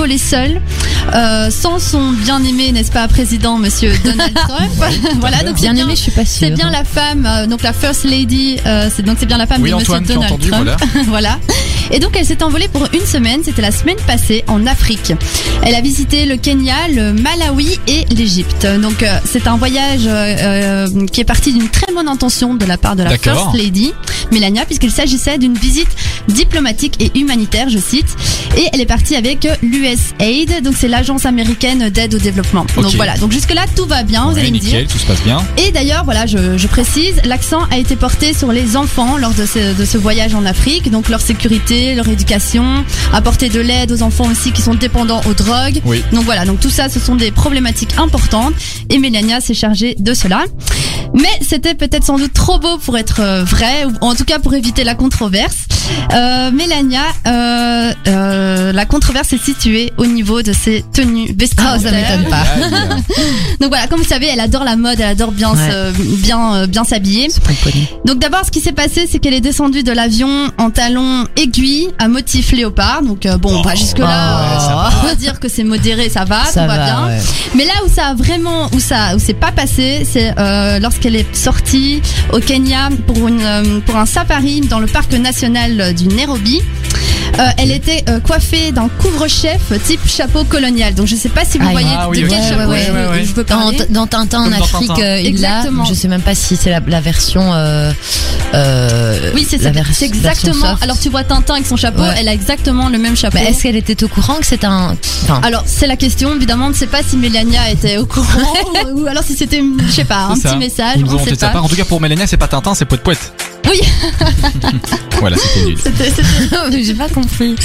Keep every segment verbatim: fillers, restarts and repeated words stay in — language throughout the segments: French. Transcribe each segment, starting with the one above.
s'envoler seule, euh, sans son bien-aimé, n'est-ce pas, président, monsieur Donald Trump. Voilà, donc bien aimé, je suis pas sûre. C'est bien la femme, euh, donc la First Lady, euh, c'est, donc c'est bien la femme oui, de Antoine, monsieur Donald entendu, Trump. Voilà. Voilà. Et donc elle s'est envolée pour une semaine, c'était la semaine passée en Afrique. Elle a visité le Kenya, le Malawi et l'Égypte. Donc euh, c'est un voyage euh, euh, qui est parti d'une très bonne intention de la part de la D'accord. First Lady, Melania, puisqu'il s'agissait d'une visite diplomatique et humanitaire, je cite. Et elle est partie avec l'U S A I D, donc c'est l'agence américaine d'aide au développement. Okay. Donc voilà, donc jusque-là tout va bien, vous ouais, allez me nickel, dire. tout se passe bien. Et d'ailleurs, voilà, je, je précise, l'accent a été porté sur les enfants lors de ce, de ce voyage en Afrique, donc leur sécurité, leur éducation, apporter de l'aide aux enfants aussi qui sont dépendants aux drogues. Oui. Donc voilà, donc tout ça, ce sont des problématiques importantes et Melania s'est chargée de cela. Mais c'était peut-être sans doute trop beau pour être euh, vrai, ou en tout cas pour éviter la controverse. Euh, Melania, euh, euh, la controverse est située au niveau de ses tenues vestimentaires. Oh, ça m'étonne pas. Donc voilà, comme vous savez, elle adore la mode, elle adore bien ouais. se, bien, euh, bien s'habiller. Donc d'abord, ce qui s'est passé, c'est qu'elle est descendue de l'avion en talons aiguilles à motif léopard. Donc euh, bon, oh, bah jusque là, oh, euh, on va dire que c'est modéré, ça va, ça tout va, va bien. Ouais. Mais là où ça a vraiment, où ça, où c'est pas passé, c'est euh, lorsqu'elle est sortie au Kenya pour une, euh, pour un safari dans le parc national du Nairobi. Euh, elle était euh, coiffée d'un couvre-chef type chapeau colonial. Donc je sais pas si vous ah, voyez ah, de oui, quel ouais, chapeau ouais, je, ouais, ouais. je veux dans, parler. dans Tintin en Comme dans Afrique, Tintin. euh, il Exactement. l'a. Je sais même pas si c'est la, la version. Euh, euh, Oui, c'est, la c'est, vers- c'est exactement. Alors tu vois Tintin avec son chapeau, ouais. elle a exactement le même chapeau. Mais est-ce qu'elle était au courant que c'est un. Enfin, alors c'est la question, évidemment, on ne sait pas si Melania était au courant ou alors si c'était, je sais pas, un C'est petit ça. message. Ils nous On ont sait fait ça pas. part. En tout cas, pour Melania, c'est pas Tintin, c'est Poète Poète. Oui. Voilà, c'était nul. C'était, c'était... j'ai pas compris.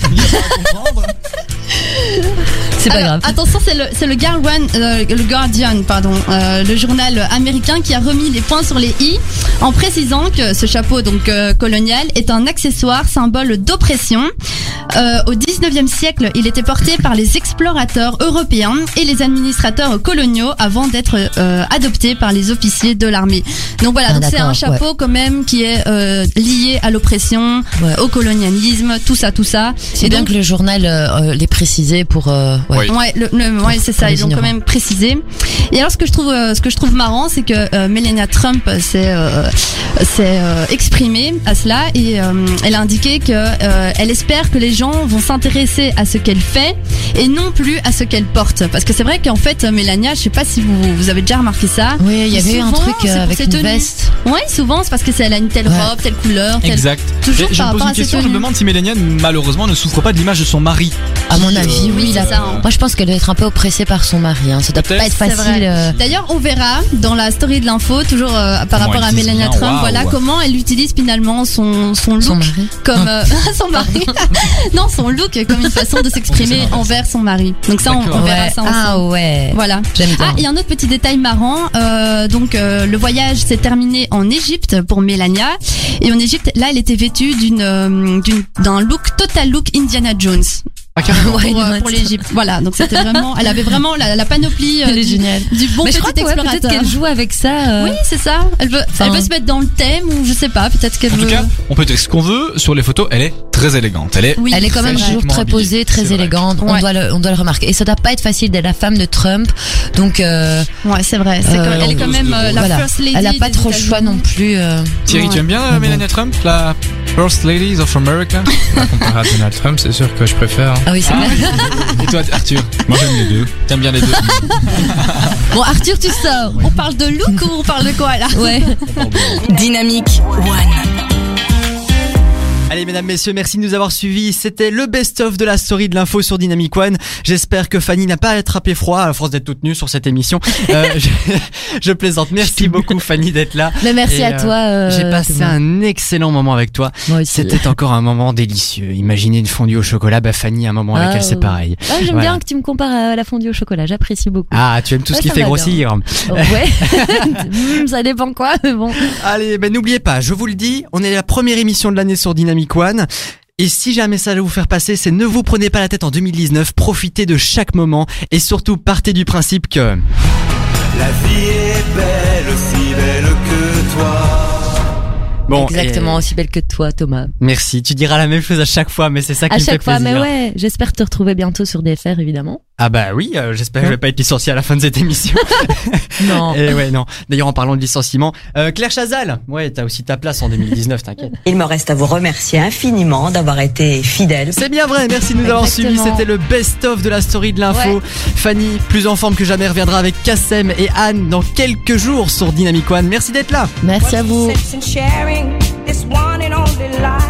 C'est pas Alors, grave. Attention, c'est le, c'est le, Guardian, euh, le Guardian, pardon, euh, le journal américain qui a remis les points sur les i en précisant que ce chapeau donc euh, colonial est un accessoire symbole d'oppression. Euh, au dix-neuvième siècle, il était porté par les explorateurs européens et les administrateurs coloniaux avant d'être euh, adopté par les officiers de l'armée. Donc voilà, Ah, donc c'est un d'accord, chapeau ouais. quand même qui est euh, lié à l'oppression, Ouais. au colonialisme, tout ça, tout ça. C'est Et bien donc, que le journal euh, l'ait précisé pour. Euh, ouais. Oui. Ouais, le, le, ouais, c'est ça. les Ils l'ont quand ignorants. même précisé. Et alors, ce que je trouve, euh, ce que je trouve marrant, c'est que euh, Melania Trump s'est, euh, s'est euh, exprimée à cela et euh, elle a indiqué que euh, elle espère que les gens vont s'intéresser à ce qu'elle fait et non plus à ce qu'elle porte. Parce que c'est vrai qu'en fait, Melania, je sais pas si vous, vous avez déjà remarqué ça. Oui, il y avait eu un souvent, truc c'est euh, pour avec ses une tenues. veste. Ouais, souvent c'est parce que c'est elle a une telle Ouais. robe, telle couleur, telle. Exact. Toujours Et je par me pose rapport une à ses question, je me tenues. demande si Melania, malheureusement, ne souffre pas de l'image de son mari. À mon Qui, avis, euh, oui. oui, là. c'est ça, hein. Moi, je pense qu'elle doit être un peu oppressée par son mari. Hein. Ça doit Peut-être. pas être C'est facile. vrai. euh, D'ailleurs, on verra dans la story de l'info, toujours euh, par Comment rapport à elle dise Melania bien, Trump, waouh. voilà comment elle utilise finalement son son look Son mari. comme euh, son mari. Non, son look comme une façon de s'exprimer l'inverse. envers son mari. Donc ça, on, D'accord. on verra Ouais. ça ensemble. Ah ouais. Voilà. J'aime bien. Ah, il y a un autre petit détail marrant. Euh, donc, euh, le voyage s'est terminé en Égypte pour Melania. Et en Égypte, là, elle était vêtue d'une, euh, d'une, d'un look total look Indiana Jones. Ah, carrément. Ouais, Pour, euh, il pour l'Égypte. Voilà. Donc, c'était vraiment, elle avait vraiment la, la panoplie euh, Elle est du, géniale. du bon Mais je petit crois que ouais, explorateur. peut-être qu'elle joue avec ça. euh, Oui, c'est ça. Elle veut, Enfin- elle veut se mettre dans le thème ou je sais pas. Peut-être qu'elle En veut. tout cas, on peut dire ce qu'on veut. Sur les photos, elle est très élégante. Elle est. Oui, Elle est quand c'est même vrai. toujours très habillée. posée, C'est très vrai. élégante. On Ouais. doit le, on doit le remarquer. Et ça doit pas être facile d'être la femme de Trump. Donc, euh, Ouais, c'est vrai. C'est Euh, comme- elle est quand même euh, la voilà. first lady. Elle a pas des trop le États-Unis. choix non plus. euh. Thierry, Ouais. tu aimes bien euh, bon. Melania Trump, la First Ladies of America? Comparé à Donald Trump, c'est sûr que je préfère. Ah oui, c'est Ah. clair. Et toi, Arthur? Moi j'aime les deux. T'aimes bien les deux? Bon, Arthur, tu sors. On parle de look ou on parle de quoi là? Ouais. Dynamique One. Allez mesdames, messieurs, merci de nous avoir suivis. C'était le best-of de la story de l'info sur Dynamic One. J'espère que Fanny n'a pas attrapé froid à force d'être toute nue sur cette émission. Euh, je, je plaisante. Merci beaucoup Fanny d'être là. Mais merci Et, à euh, toi. euh, J'ai passé Thomas. un excellent moment avec toi. Moi aussi. C'était encore un moment délicieux. Imaginez une fondue au chocolat. Bah Fanny, un moment avec Ah, elle, c'est oui. pareil. Ah, j'aime Voilà. bien que tu me compares à la fondue au chocolat. J'apprécie beaucoup. Ah, tu aimes tout ce Ouais, qui ça fait va grossir. Oh, ouais. Hmm, ça dépend quoi, mais bon. Allez, ben n'oubliez pas, je vous le dis, on est la première émission de l'année sur Dynamic One. Et si j'ai un message à vous faire passer, c'est ne vous prenez pas la tête en deux mille dix-neuf, profitez de chaque moment et surtout partez du principe que... La vie est belle, aussi belle que toi. Bon, Exactement, et- aussi belle que toi, Thomas. Merci. Tu diras la même chose à chaque fois, mais c'est ça qui À me fait chaque fois, plaisir. mais ouais, j'espère te retrouver bientôt sur D F R, évidemment. Ah bah oui, euh, j'espère que je vais pas être licencié à la fin de cette émission. Non. Et ouais, non. D'ailleurs, en parlant de licenciement, euh, Claire Chazal, ouais, t'as aussi ta place en deux mille dix-neuf, t'inquiète. Il me reste à vous remercier infiniment d'avoir été fidèle. C'est bien vrai, merci de nous avoir suivis. Exactement. C'était le best-of de la story de l'info. Ouais. Fanny, plus en forme que jamais, reviendra avec Kassem et Anne dans quelques jours sur Dynamic One. Merci d'être là. Merci à vous. Sense in sharing this one and only life.